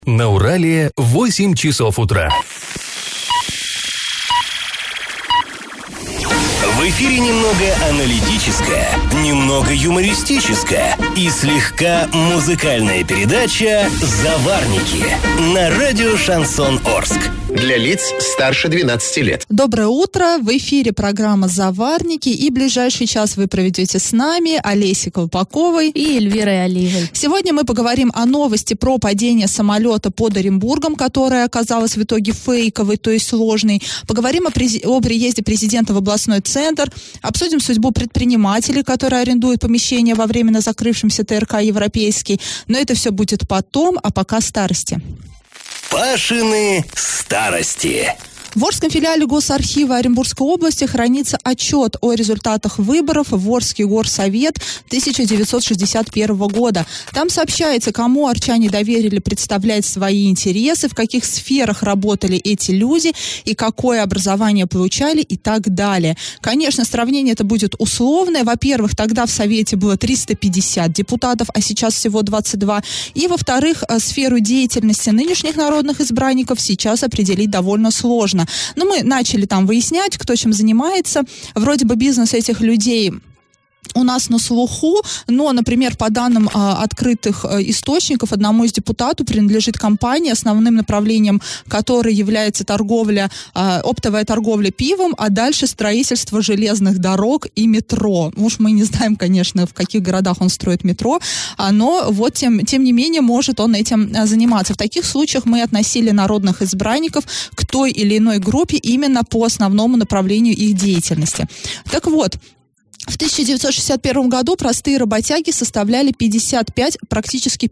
На Урале 8 часов утра. В эфире немного аналитическая, немного юмористическая и слегка музыкальная передача «Заварники» на радио «Шансон Орск». Для лиц старше 12 лет. Доброе утро. В эфире программа «Заварники». И ближайший час вы проведете с нами Олесей Колпаковой и Эльвирой Алиевой. Сегодня мы поговорим о новости про падение самолета под Оренбургом, которая оказалась в итоге фейковой, то есть ложной. Поговорим о приезде президента в областной центр. Обсудим судьбу предпринимателей, которые арендуют помещение во временно закрывшемся ТРК «Европейский». Но это все будет потом, а пока старости. Пашины старости. В Орском филиале Госархива Оренбургской области хранится отчет о результатах выборов в Орский горсовет 1961 года. Там сообщается, кому орчане доверили представлять свои интересы, в каких сферах работали эти люди и какое образование получали и так далее. Конечно, сравнение это будет условное. Во-первых, тогда в Совете было 350 депутатов, а сейчас всего 22. И, во-вторых, сферу деятельности нынешних народных избранников сейчас определить довольно сложно. Но мы начали там выяснять, кто чем занимается. Вроде бы бизнес этих людей у нас на слуху, но, например, по данным открытых источников, одному из депутатов принадлежит компания, основным направлением которой является оптовая торговля пивом, а дальше строительство железных дорог и метро. Уж мы не знаем, конечно, в каких городах он строит метро, но вот тем не менее может он этим заниматься. В таких случаях мы относили народных избранников к той или иной группе именно по основному направлению их деятельности. Так вот, в 1961 году простые работяги составляли 55, практически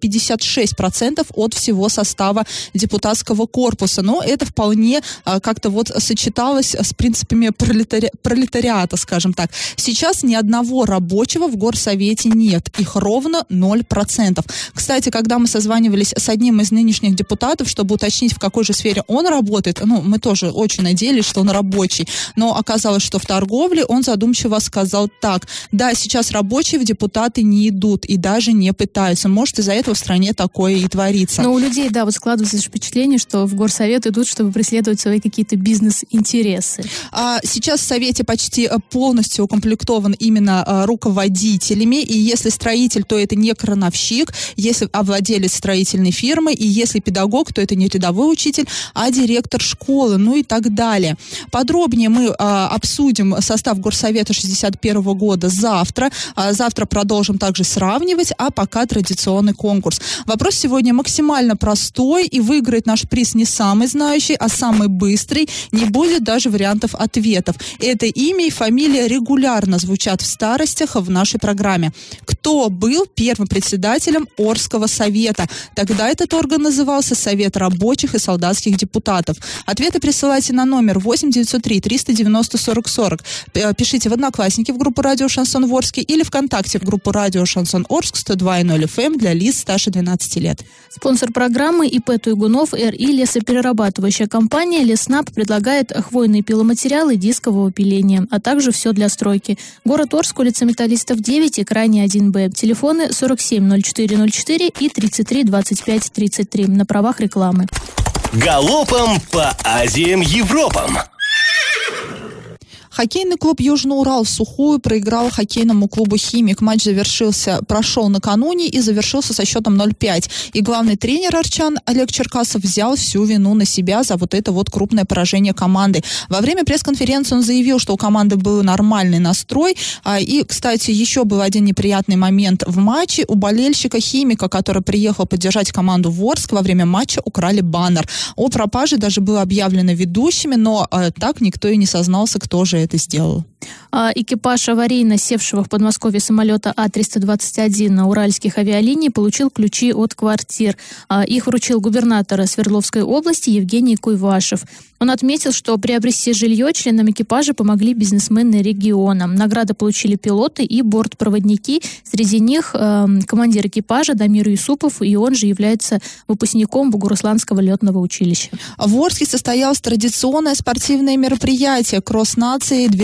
56% от всего состава депутатского корпуса. Но это вполне как-то вот сочеталось с принципами пролетариата, скажем так. Сейчас ни одного рабочего в горсовете нет. Их ровно 0%. Кстати, когда мы созванивались с одним из нынешних депутатов, чтобы уточнить, в какой же сфере он работает, мы тоже очень надеялись, что он рабочий. Но оказалось, что в торговле. Он задумчиво сказал так: да, сейчас рабочие в депутаты не идут и даже не пытаются. Может, из-за этого в стране такое и творится. Но у людей, да, вот складывается впечатление, что в горсовет идут, чтобы преследовать свои какие-то бизнес-интересы. Сейчас в Совете почти полностью укомплектован именно руководителями, и если строитель, то это не крановщик, если владелец строительной фирмы, и если педагог, то это не рядовой учитель, а директор школы, и так далее. Подробнее мы обсудим состав горсовета 61 года завтра. Завтра продолжим также сравнивать, а пока традиционный конкурс. Вопрос сегодня максимально простой, и выиграет наш приз не самый знающий, а самый быстрый. Не будет даже вариантов ответов. Это имя и фамилия регулярно звучат в старостях в нашей программе. Кто был первым председателем Орского совета? Тогда этот орган назывался Совет рабочих и солдатских депутатов. Ответы присылайте на номер 8 903 390 40 40. Пишите в Одноклассники в группу «Радио Шансон Орск» или ВКонтакте в группу «Радио Шансон Орск» 102.0 FM для лиц старше 12 лет. Спонсор программы ИП Туйгунов РИ лесоперерабатывающая компания «Леснаб» предлагает хвойные пиломатериалы дискового пиления, а также все для стройки. Город Орск, улица Металлистов 9 и крайне 1Б. Телефоны 47 0404 и 33 25 33 на правах рекламы. Галопом по Азиям Европам. Хоккейный клуб «Южный Урал» в сухую проиграл хоккейному клубу «Химик». Матч прошел накануне и завершился со счетом 0-5. И главный тренер арчан Олег Черкасов взял всю вину на себя за вот это вот крупное поражение команды. Во время пресс-конференции он заявил, что у команды был нормальный настрой. И, кстати, еще был один неприятный момент в матче. У болельщика «Химика», который приехал поддержать команду в Орск, во время матча украли баннер. О пропаже даже было объявлено ведущими, но так никто и не сознался, кто же это сделал. Экипаж аварийно севшего в Подмосковье самолета А-321 на уральских авиалиний получил ключи от квартир. Их вручил губернатор Свердловской области Евгений Куйвашев. Он отметил, что приобрести жилье членам экипажа помогли бизнесмены региона. Награды получили пилоты и бортпроводники. Среди них командир экипажа Дамир Юсупов, и он же является выпускником Бугурусланского летного училища. В Орске состоялось традиционное спортивное мероприятие «Кросс нации 2019».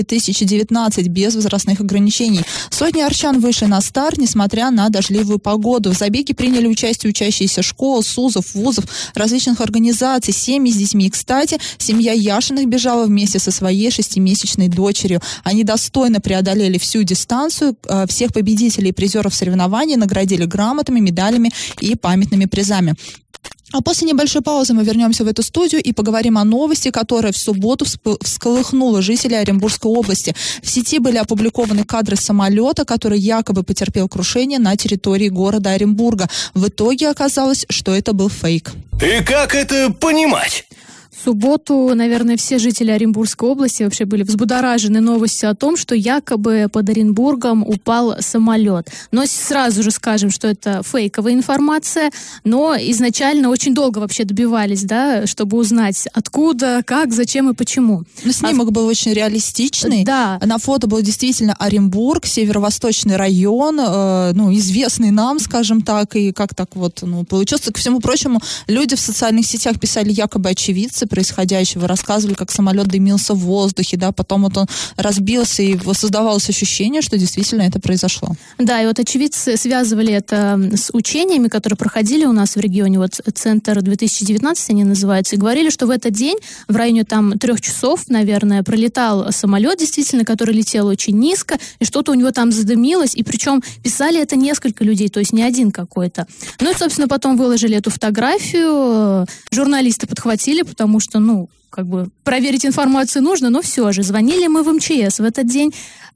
2019 без возрастных ограничений. Сотни арчан вышли на старт, несмотря на дождливую погоду. В забеге приняли участие учащиеся школ, СУЗов, вузов, различных организаций, семьи с детьми. Кстати, семья Яшиных бежала вместе со своей 6-месячной дочерью. Они достойно преодолели всю дистанцию. Всех победителей и призеров соревнований наградили грамотами, медалями и памятными призами. А после небольшой паузы мы вернемся в эту студию и поговорим о новости, которая в субботу всколыхнула жителей Оренбургской области. В сети были опубликованы кадры самолета, который якобы потерпел крушение на территории города Оренбурга. В итоге оказалось, что это был фейк. И как это понимать? В субботу, наверное, все жители Оренбургской области вообще были взбудоражены новостью о том, что якобы под Оренбургом упал самолет. Но сразу же скажем, что это фейковая информация, но изначально очень долго вообще добивались, да, чтобы узнать, откуда, как, зачем и почему. Но снимок был очень реалистичный. Да. На фото был действительно Оренбург, северо-восточный район, известный нам, скажем так, и как так вот получилось. Ко всему прочему, люди в социальных сетях писали якобы очевидцы происходящего, рассказывали, как самолет дымился в воздухе, да, потом вот он разбился, и создавалось ощущение, что действительно это произошло. Да, и вот очевидцы связывали это с учениями, которые проходили у нас в регионе, вот Центр 2019 они называются, и говорили, что в этот день в районе там 3 часов, наверное, пролетал самолет, действительно, который летел очень низко, и что-то у него там задымилось, и причем писали это несколько людей, то есть не один какой-то. Ну и, собственно, потом выложили эту фотографию, журналисты подхватили, потому что, проверить информацию нужно, но все же. Звонили мы в МЧС в этот день,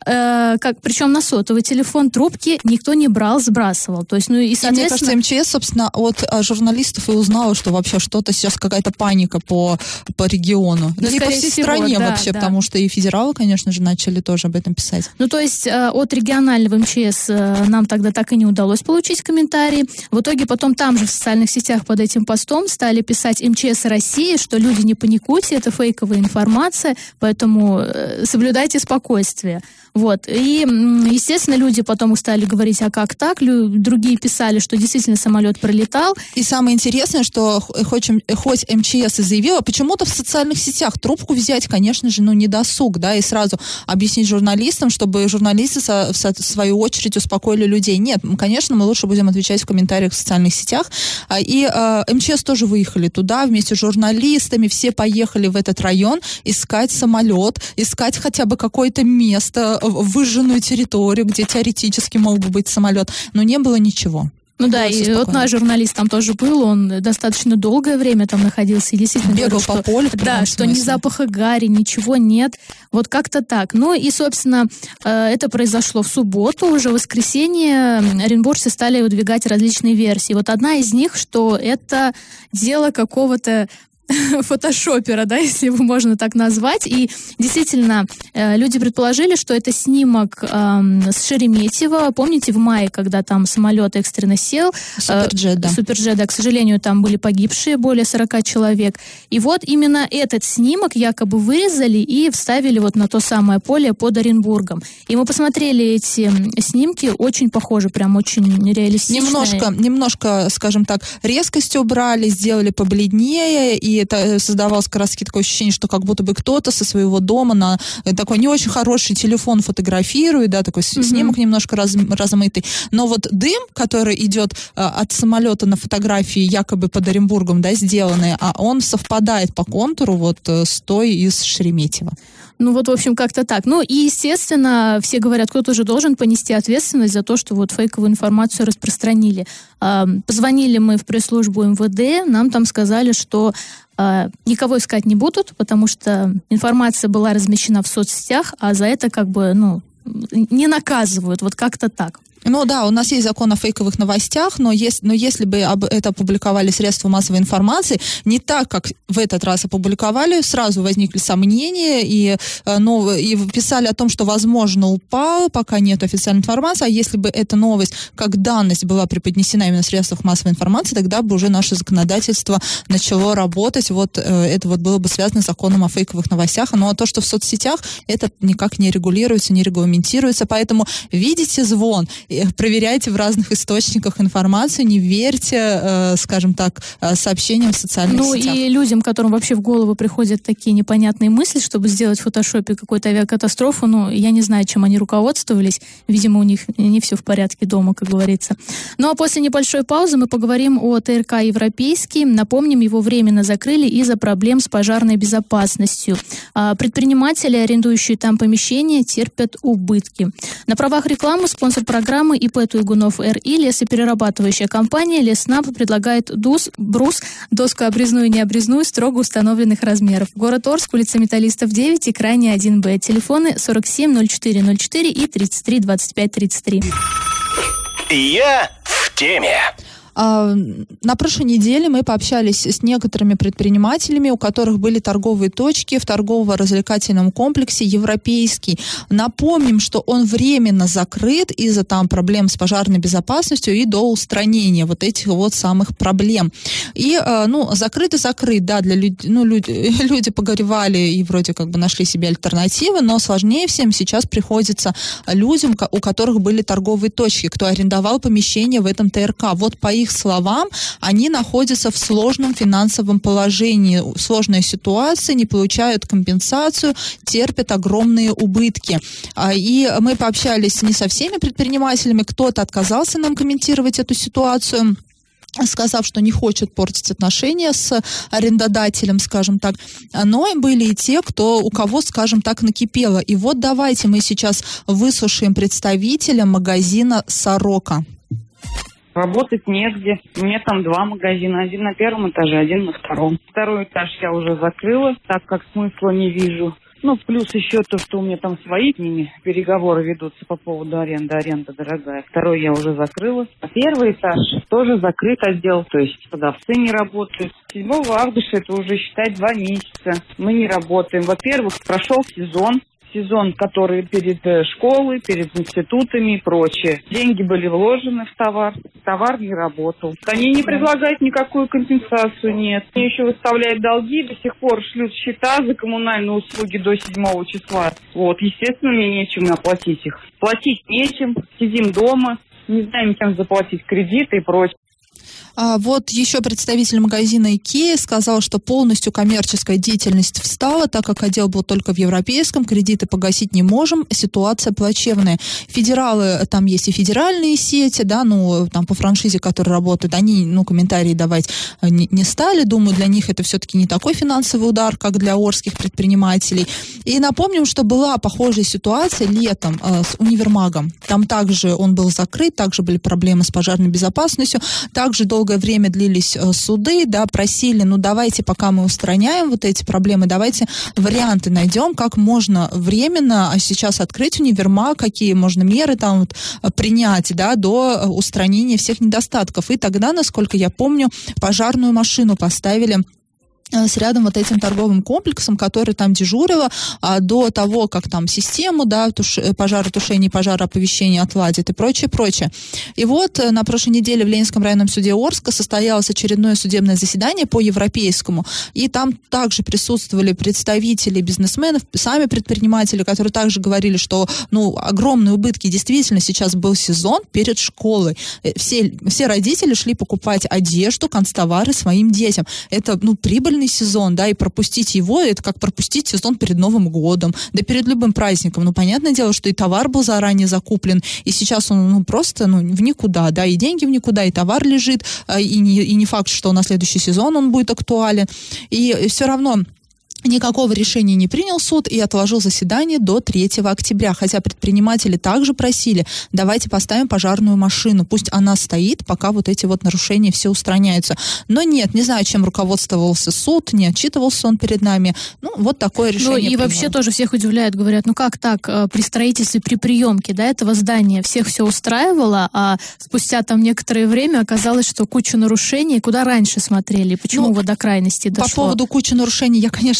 причем на сотовый телефон, трубки никто не брал, сбрасывал. То есть, и, соответственно... Мне кажется, МЧС, собственно, от журналистов и узнала, что вообще что-то сейчас какая-то паника по региону. Да, и по всей стране да, вообще, да. Потому что и федералы, конечно же, начали тоже об этом писать. То есть от регионального МЧС нам тогда так и не удалось получить комментарии. В итоге потом там же в социальных сетях под этим постом стали писать МЧС России, что люди не паникуйте, это фейковая информация, поэтому соблюдайте спокойствие. Вот. И, естественно, люди потом стали говорить, а как так? Другие писали, что действительно самолет пролетал. И самое интересное, что хоть МЧС и заявила, почему-то в социальных сетях трубку взять, конечно же, не досуг, да, и сразу объяснить журналистам, чтобы журналисты в свою очередь успокоили людей. Нет, конечно, мы лучше будем отвечать в комментариях в социальных сетях. И МЧС тоже выехали туда вместе с журналистами, все поехали в этот район искать самолет, искать хотя бы какое-то место, выжженную территорию, где теоретически мог бы быть самолет, но не было ничего. Да, и вот наш журналист там тоже был, он достаточно долгое время там находился, и действительно бегал по полю. Да, что ни запаха гари, ничего нет, вот как-то так. И, собственно, это произошло в субботу, уже в воскресенье оренбуржцы стали выдвигать различные версии. Вот одна из них, что это дело какого-то фотошопера, да, если его можно так назвать. И действительно, люди предположили, что это снимок с Шереметьево. Помните, в мае, когда там самолет экстренно сел? Суперджет, да. Суперджет, да, к сожалению, там были погибшие, более 40 человек. И вот именно этот снимок якобы вырезали и вставили вот на то самое поле под Оренбургом. И мы посмотрели эти снимки, очень похожи, прям очень реалистичные. Немножко, скажем так, резкость убрали, сделали побледнее, и это создавалось как раз такое ощущение, что как будто бы кто-то со своего дома на такой не очень хороший телефон фотографирует, да, такой снимок немножко размытый. Но вот дым, который идет от самолета на фотографии якобы под Оренбургом, да, сделанный, он совпадает по контуру вот с той из Шереметьево. В общем, как-то так. И, естественно, все говорят, кто-то же должен понести ответственность за то, что вот фейковую информацию распространили. Позвонили мы в пресс-службу МВД, нам там сказали, что никого искать не будут, потому что информация была размещена в соцсетях, а за это не наказывают, вот как-то так. Да, у нас есть закон о фейковых новостях, но если бы это опубликовали средства массовой информации, не так, как в этот раз опубликовали, сразу возникли сомнения и писали о том, что, возможно, упал, пока нет официальной информации, а если бы эта новость как данность была преподнесена именно в средствах массовой информации, тогда бы уже наше законодательство начало работать, это было бы связано с законом о фейковых новостях, но то, что в соцсетях, это никак не регулируется, не регламентируется, поэтому видите звон, проверяйте в разных источниках информацию, не верьте, скажем так, сообщениям в социальных сетях. И людям, которым вообще в голову приходят такие непонятные мысли, чтобы сделать в фотошопе какую-то авиакатастрофу, я не знаю, чем они руководствовались. Видимо, у них не все в порядке дома, как говорится. Ну а после небольшой паузы мы поговорим о ТРК «Европейский». Напомним, его временно закрыли из-за проблем с пожарной безопасностью. Предприниматели, арендующие там помещения, терпят убытки. На правах рекламы спонсор программы ИП Туйгунов РИ, лесоперерабатывающая компания «Леснаб» предлагает брус, доску обрезную и необрезную строго установленных размеров. Город Орск, улица Металлистов 9 и крайне 1Б. Телефоны 47 04 04 и 33 25 33. Я в теме. На прошлой неделе мы пообщались с некоторыми предпринимателями, у которых были торговые точки в торгово-развлекательном комплексе «Европейский». Напомним, что он временно закрыт из-за там проблем с пожарной безопасностью и до устранения вот этих вот самых проблем. И, закрыт и закрыт, да, для людей, люди погоревали и вроде как бы нашли себе альтернативы, но сложнее всем сейчас приходится людям, у которых были торговые точки, кто арендовал помещение в этом ТРК. Вот по их словам, они находятся в сложном финансовом положении, сложная ситуация, не получают компенсацию, терпят огромные убытки. И мы пообщались не со всеми предпринимателями, кто-то отказался нам комментировать эту ситуацию, сказав, что не хочет портить отношения с арендодателем, скажем так. Но были и те, у кого, скажем так, накипело. И вот давайте мы сейчас выслушаем представителя магазина «Сорока». Работать негде. У меня там 2 магазина. Один на 1 этаже, один на 2. 2 этаж я уже закрыла, так как смысла не вижу. Плюс еще то, что у меня там свои с ними переговоры ведутся по поводу аренды. Аренда дорогая. 2 я уже закрыла. А 1 этаж тоже закрыт отдел, то есть продавцы не работают. 7 августа, это уже, считай, 2 месяца. Мы не работаем. Во-первых, прошел сезон, который перед школой, перед институтами и прочее. Деньги были вложены в товар не работал. Они не предлагают никакую компенсацию, нет. Они еще выставляют долги, до сих пор шлют счета за коммунальные услуги до 7 числа. Естественно, мне нечем оплатить их. Платить нечем, сидим дома, не знаем, кем заплатить кредиты и прочее. Вот еще представитель магазина IKEA сказал, что полностью коммерческая деятельность встала, так как отдел был только в европейском, кредиты погасить не можем, ситуация плачевная. Федералы, там есть и федеральные сети, да, там по франшизе, которые работают, они, комментарии давать не стали. Думаю, для них это все-таки не такой финансовый удар, как для орских предпринимателей. И напомним, что была похожая ситуация летом с универмагом. Там также он был закрыт, также были проблемы с пожарной безопасностью, также долгое время длились суды, да, просили, давайте, пока мы устраняем вот эти проблемы, давайте варианты найдем, как можно временно сейчас открыть универмаг, какие можно меры там принять, да, до устранения всех недостатков. И тогда, насколько я помню, пожарную машину поставили с рядом вот этим торговым комплексом, который там дежурила, до того, как там систему, да, пожаротушения, пожарооповещения отладит и прочее. И вот на прошлой неделе в Ленинском районном суде Орска состоялось очередное судебное заседание по европейскому, и там также присутствовали представители бизнесменов, сами предприниматели, которые также говорили, что, огромные убытки, действительно, сейчас был сезон перед школой. Все родители шли покупать одежду, канцтовары своим детям. Это, прибыльный сезон, да, и пропустить его, это как пропустить сезон перед Новым годом, да перед любым праздником. Понятное дело, что и товар был заранее закуплен, и сейчас он, просто, в никуда, да, и деньги в никуда, и товар лежит, и не факт, что на следующий сезон он будет актуален. И все равно никакого решения не принял суд и отложил заседание до 3 октября. Хотя предприниматели также просили, давайте поставим пожарную машину, пусть она стоит, пока вот эти вот нарушения все устраняются. Но нет, не знаю, чем руководствовался суд, не отчитывался он перед нами. Вот такое решение. Вообще тоже всех удивляет, говорят, как так, при строительстве, при приемке, да, этого здания всех все устраивало, а спустя там некоторое время оказалось, что кучу нарушений, куда раньше смотрели, почему до крайности дошло? По поводу кучи нарушений я, конечно,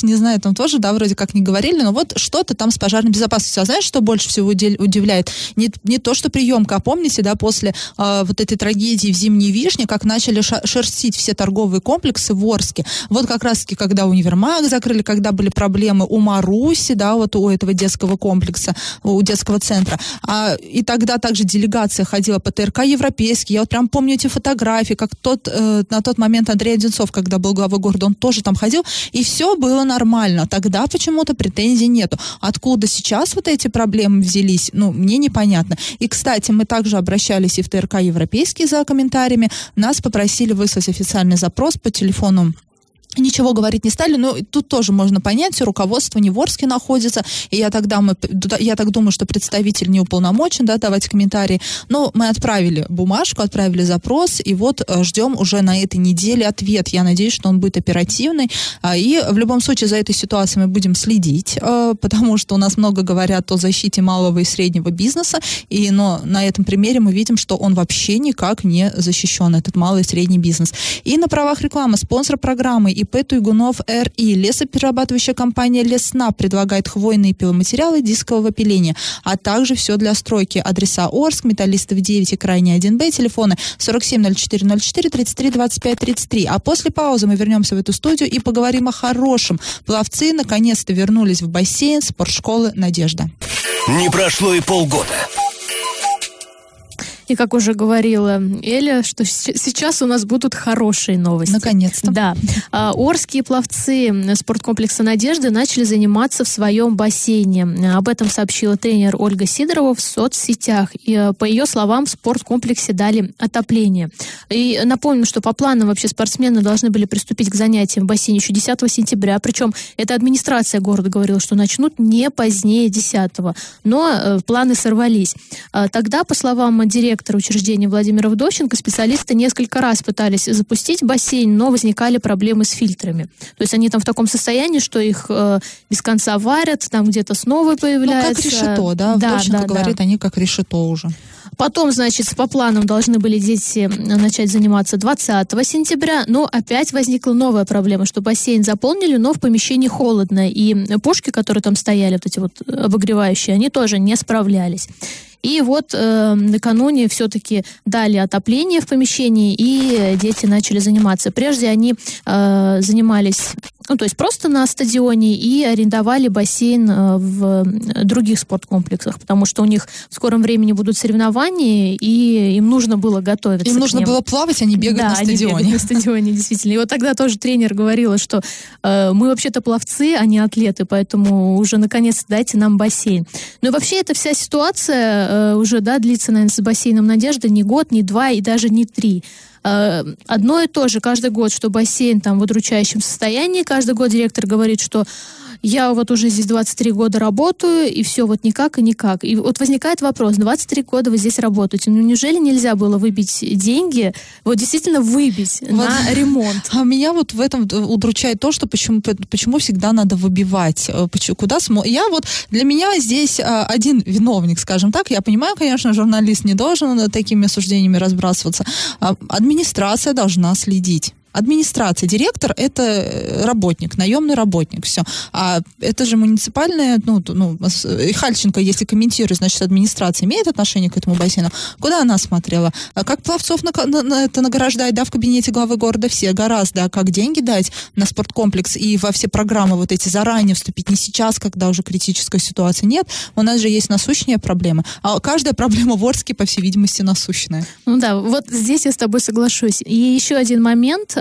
не знаю, там тоже, да, вроде как не говорили, но вот что-то там с пожарной безопасностью. А знаешь, что больше всего удивляет? Не то, что приемка, а помните, да, после вот этой трагедии в Зимней Вишне, как начали шерстить все торговые комплексы в Орске. Вот как раз-таки, когда универмаг закрыли, когда были проблемы у Маруси, да, вот у этого детского комплекса, у детского центра. И тогда также делегация ходила по ТРК европейский. Я вот прям помню эти фотографии, как на тот момент Андрей Одинцов, когда был главой города, он тоже там ходил, и все было нормально. Тогда почему-то претензий нету. Откуда сейчас вот эти проблемы взялись, мне непонятно. И, кстати, мы также обращались и в ТРК европейский за комментариями. Нас попросили выслать официальный запрос по телефону. Ничего говорить не стали, но тут тоже можно понять, руководство не в Орске находится, и я так думаю, что представитель не уполномочен, да, давать комментарии, но мы отправили бумажку, отправили запрос, и вот ждем уже на этой неделе ответ. Я надеюсь, что он будет оперативный, и в любом случае за этой ситуацией мы будем следить, потому что у нас много говорят о защите малого и среднего бизнеса, но на этом примере мы видим, что он вообще никак не защищен, этот малый и средний бизнес. И на правах рекламы спонсор программы ИП Туйгунов РИ. Лесоперерабатывающая компания Леснаб предлагает хвойные пиломатериалы дискового пиления, а также все для стройки. Адреса: Орск, Металлистов 9 и Крайний 1Б, телефоны 470404 33 25 33. А после паузы мы вернемся в эту студию и поговорим о хорошем. Пловцы наконец-то вернулись в бассейн спортшколы «Надежда». Не прошло и полгода. И, как уже говорила Эля, что сейчас у нас будут хорошие новости. Наконец-то. Да. Орские пловцы спорткомплекса «Надежда» начали заниматься в своем бассейне. Об этом сообщила тренер Ольга Сидорова в соцсетях. И, по ее словам, в спорткомплексе дали отопление. И напомню, что по плану вообще спортсмены должны были приступить к занятиям в бассейне еще 10 сентября. Причем эта администрация города говорила, что начнут не позднее 10-го. Но планы сорвались. Тогда, по словам директора учреждения Владимира Вдовченко, специалисты несколько раз пытались запустить бассейн, но возникали проблемы с фильтрами. То есть они там в таком состоянии, что их без конца варят, там где-то снова появляются. Как решето, да? Вдовченко говорит, они как решето уже. Потом, значит, по планам должны были дети начать заниматься 20 сентября, но опять возникла новая проблема, что бассейн заполнили, но в помещении холодно, и пушки, которые там стояли, вот эти вот обогревающие, они тоже не справлялись. И вот накануне все-таки дали отопление в помещении, и дети начали заниматься. Прежде они занимались, то есть просто на стадионе, и арендовали бассейн в других спорткомплексах, потому что у них в скором времени будут соревнования, и им нужно было готовиться. Им нужно было плавать, а не бегать на стадионе. Да, они бегают на стадионе, действительно. И вот тогда тоже тренер говорила, что мы вообще-то пловцы, а не атлеты, поэтому уже наконец-то дайте нам бассейн. Ну и вообще эта вся ситуация уже, длится, наверное, с бассейном «Надежда» не год, не два и даже не 3. Одно и то же каждый год, что бассейн там в удручающем состоянии. Каждый год директор говорит, что я вот уже здесь 23 года работаю, и все вот никак и никак. И вот возникает вопрос: 23 года вы здесь работаете, неужели нельзя было выбить деньги, вот действительно выбить на ремонт? А меня вот в этом удручает то, что почему всегда надо выбивать. Для меня здесь один виновник, скажем так. Я понимаю, конечно, журналист не должен такими суждениями разбрасываться. Администрация должна следить. Администрация, директор — это работник, наемный работник, все. А это же муниципальная, и Хальченко, если комментирует, значит, администрация имеет отношение к этому бассейну. Куда она смотрела? Как пловцов это награждать, в кабинете главы города все гораздо, как деньги дать на спорткомплекс и во все программы вот эти заранее вступить, не сейчас, когда уже критической ситуации нет. У нас же есть насущные проблемы. А каждая проблема в Орске, по всей видимости, насущная. Вот здесь я с тобой соглашусь. И еще один момент.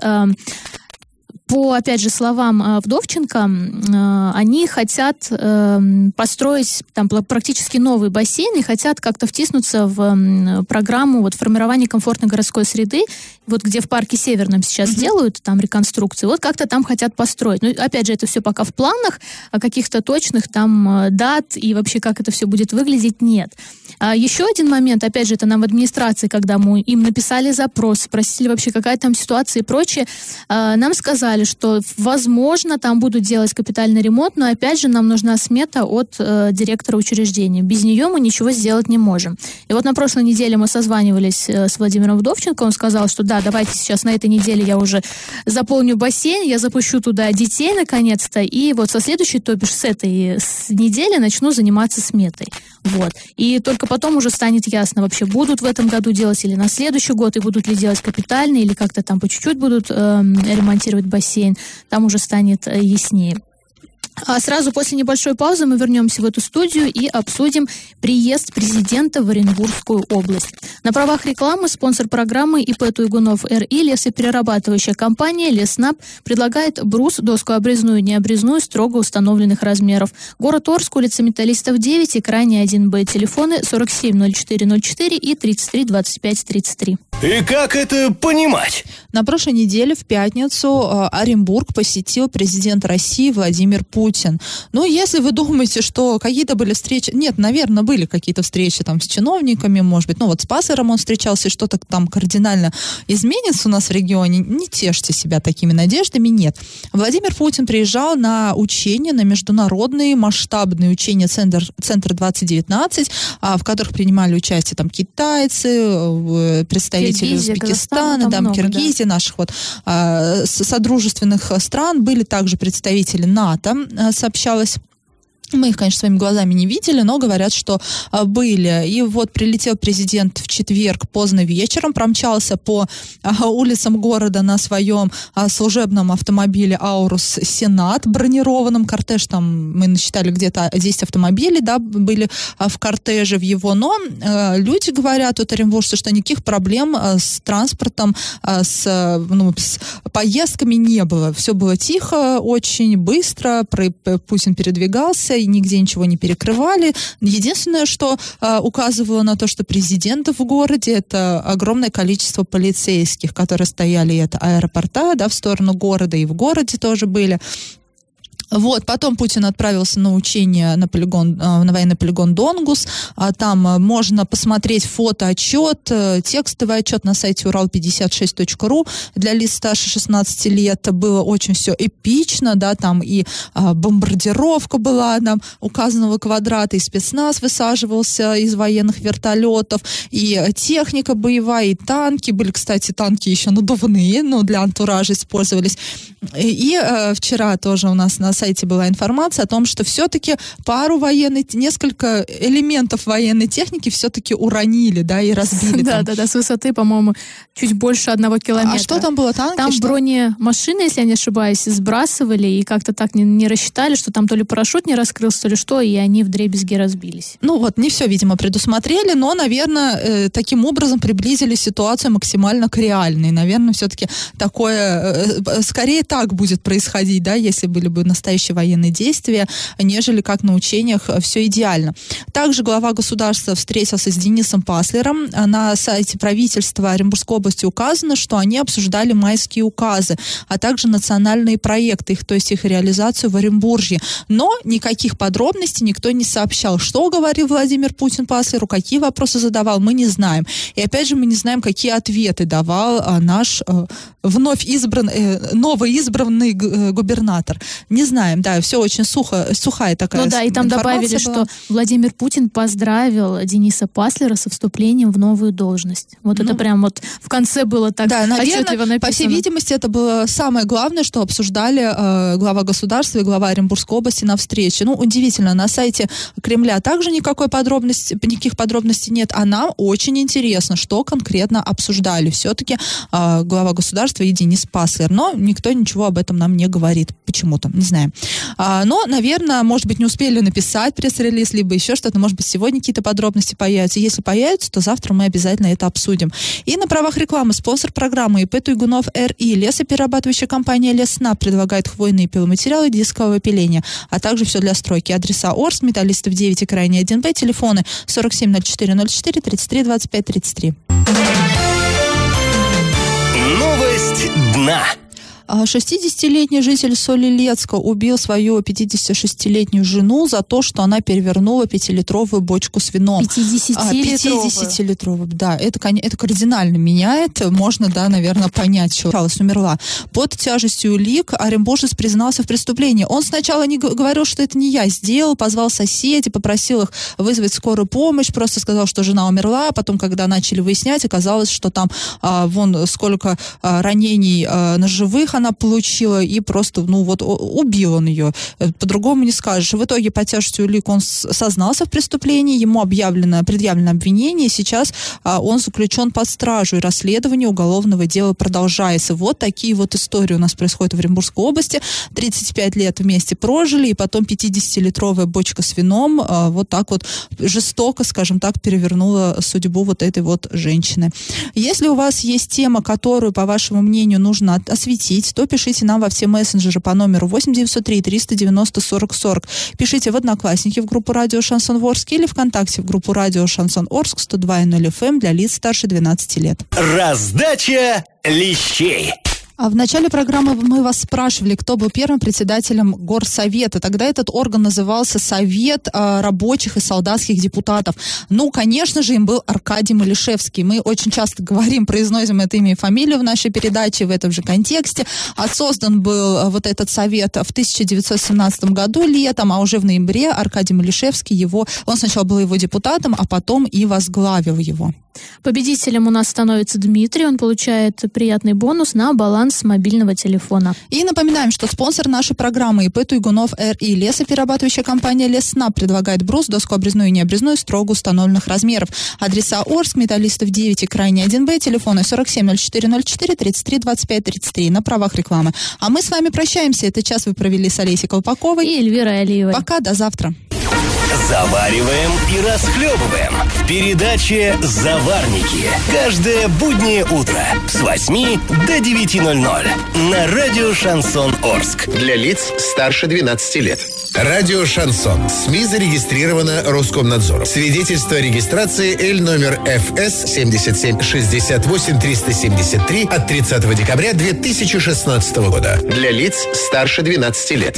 По, опять же, словам Вдовченко, они хотят построить там практически новый бассейн и хотят как-то втиснуться в программу формирования комфортной городской среды, где в парке Северном сейчас делают там реконструкцию, как-то там хотят построить. Но, опять же, это все пока в планах, а каких-то точных там дат и вообще как это все будет выглядеть нет. Еще один момент, опять же, это нам в администрации, когда мы им написали запрос, спросили вообще, какая там ситуация и прочее, нам сказали, сказали, что, возможно, там будут делать капитальный ремонт, но, опять же, нам нужна смета от директора учреждения. Без нее мы ничего сделать не можем. И вот на прошлой неделе мы созванивались с Владимиром Вдовченко, он сказал, что да, давайте сейчас на этой неделе я уже заполню бассейн, я запущу туда детей наконец-то, и вот со следующей, то бишь с этой недели начну заниматься сметой. Вот. И только потом уже станет ясно, вообще будут в этом году делать или на следующий год, и будут ли делать капитальный, или как-то там по чуть-чуть будут ремонтировать бассейн, там уже станет яснее. А сразу после небольшой паузы мы вернемся в эту студию и обсудим приезд президента в Оренбургскую область. На правах рекламы спонсор программы ИП Туйгунов РИ лесоперерабатывающая компания Леснаб предлагает брус, доску обрезную и необрезную строго установленных размеров. Город Орск, улица Металлистов 9 и крайне 1Б. Телефоны 470404 и 332533. И как это понимать? На прошлой неделе, в пятницу, Оренбург посетил президент России Владимир Путин. Ну, если вы думаете, что какие-то были встречи... Нет, наверное, были какие-то встречи там с чиновниками, может быть. Ну, вот с Паслером он встречался, и что-то там кардинально изменится у нас в регионе. Не тешьте себя такими надеждами, нет. Владимир Путин приезжал на учения, на международные масштабные учения Центр 2019, в которых принимали участие там китайцы, представители Узбекистана, там, Киргизии, да, наших вот содружественных стран, были также представители НАТО, сообщалось. Мы их, конечно, своими глазами не видели, но говорят, что были. И вот прилетел президент в четверг поздно вечером, промчался по улицам города на своем служебном автомобиле «Аурус Сенат», бронированном. Кортеж там, мы насчитали, где-то 10 автомобилей, да, были в кортеже в его. Но люди говорят, вот оренбуржцы, что никаких проблем с транспортом, с поездками не было. Все было тихо, очень быстро, Путин передвигался, и нигде ничего не перекрывали. Единственное, что указывало на то, что президента в городе, это огромное количество полицейских, которые стояли от аэропорта, да, в сторону города, и в городе тоже были. Вот, потом Путин отправился на учение на военный полигон Донгус. Там можно посмотреть фотоотчет, текстовый отчет на сайте урал56.ру для лиц старше 16 лет. Было очень все эпично, да, там и бомбардировка была там указанного квадрата, и спецназ высаживался из военных вертолетов, и техника боевая, и танки. Были, кстати, танки еще надувные, но для антуража использовались. И вчера тоже у нас на сайте была информация о том, что все-таки несколько элементов военной техники все-таки уронили, да, и разбили. Да, с высоты, по-моему, чуть больше 1 километра. А что там было, танки? Там бронемашины, если я не ошибаюсь, сбрасывали и как-то так не рассчитали, что там то ли парашют не раскрылся, то ли что, и они вдребезги разбились. Ну вот, не все, видимо, предусмотрели, но, наверное, таким образом приблизили ситуацию максимально к реальной. Наверное, все-таки такое, скорее так будет происходить, да, если были бы настоящие военные действия, нежели как на учениях все идеально. Также глава государства встретился с Денисом Паслером. На сайте правительства Оренбургской области указано, что они обсуждали майские указы, а также национальные проекты, то есть их реализацию в Оренбурге. Но никаких подробностей никто не сообщал. Что говорил Владимир Путин Паслеру, какие вопросы задавал, мы не знаем. И опять же, мы не знаем, какие ответы давал наш новоизбранный губернатор. Не знаем, да, все очень сухая такая информация. Ну да, и там добавили, была, что Владимир Путин поздравил Дениса Паслера со вступлением в новую должность. Вот это прям вот в конце было так отчетливо написано. По всей видимости, это было самое главное, что обсуждали глава государства и глава Оренбургской области на встрече. Ну, удивительно, на сайте Кремля также никаких подробностей нет, а нам очень интересно, что конкретно обсуждали все-таки глава государства и Денис Паслер. Но никто ничего об этом нам не говорит. Почему-то, не знаю. Но, наверное, может быть, не успели написать пресс-релиз, либо еще что-то. Может быть, сегодня какие-то подробности появятся. Если появятся, то завтра мы обязательно это обсудим. И на правах рекламы спонсор программы ИП Туйгунов РИ лесоперерабатывающая компания Леснаб предлагает хвойные пиломатериалы дискового пиления, а также все для стройки. Адреса Орск, Металлистов 9 и крайне 1Б, телефоны 470404 33 25 33. Новость дна. 60-летний житель Солилецка убил свою 56-летнюю жену за то, что она перевернула 5-литровую бочку с вином. 50-литровую? 50-литровую, да. Это кардинально меняет. Можно, да, наверное, понять, что умерла. Под тяжестью улик оренбуржец признался в преступлении. Он сначала не говорил, что это не я сделал, позвал соседей, попросил их вызвать скорую помощь, просто сказал, что жена умерла. Потом, когда начали выяснять, оказалось, что там вон сколько ранений ножевых она получила, и просто, убил он ее. По-другому не скажешь. В итоге под тяжестью улик он сознался в преступлении, ему предъявлено обвинение, сейчас он заключен под стражу, и расследование уголовного дела продолжается. Вот такие вот истории у нас происходят в Оренбургской области. 35 лет вместе прожили, и потом 50-литровая бочка с вином вот так вот жестоко, скажем так, перевернула судьбу вот этой вот женщины. Если у вас есть тема, которую, по вашему мнению, нужно осветить, то пишите нам во все мессенджеры по номеру 8 903 390 40 40. Пишите в Одноклассники в группу Радио Шансон Орск или ВКонтакте в группу Радио Шансон Орск 102.0 FM для лиц старше 12 лет. Раздача лещей. А в начале программы мы вас спрашивали, кто был первым председателем горсовета. Тогда этот орган назывался Совет рабочих и солдатских депутатов. Конечно же, им был Аркадий Малишевский. Мы очень часто произносим это имя и фамилию в нашей передаче в этом же контексте. Создан был вот этот совет в 1917 году летом, а уже в ноябре Аркадий Малишевский он сначала был его депутатом, а потом и возглавил его. Победителем у нас становится Дмитрий. Он получает приятный бонус на баланс мобильного телефона. И напоминаем, что спонсор нашей программы ИП Туйгунов РИ. Лесоперерабатывающая компания Леснаб предлагает брус, доску обрезную и необрезную строго установленных размеров. Адреса: Орск, Металлистов 9 и Крайний 1Б, телефоны 47 04 04 33 25 33 на правах рекламы. А мы с вами прощаемся. Этот час вы провели с Олесей Колпаковой и Эльвирой Алиевой. Пока, до завтра. Завариваем и расхлебываем в передаче «Заварники». Каждое буднее утро с 8 до 9:00 на радио Шансон Орск. Для лиц старше 12 лет. Радио Шансон. СМИ зарегистрировано Роскомнадзором. Свидетельство о регистрации Л номер ФС 77 68 373 от 30 декабря 2016 года. Для лиц старше 12 лет.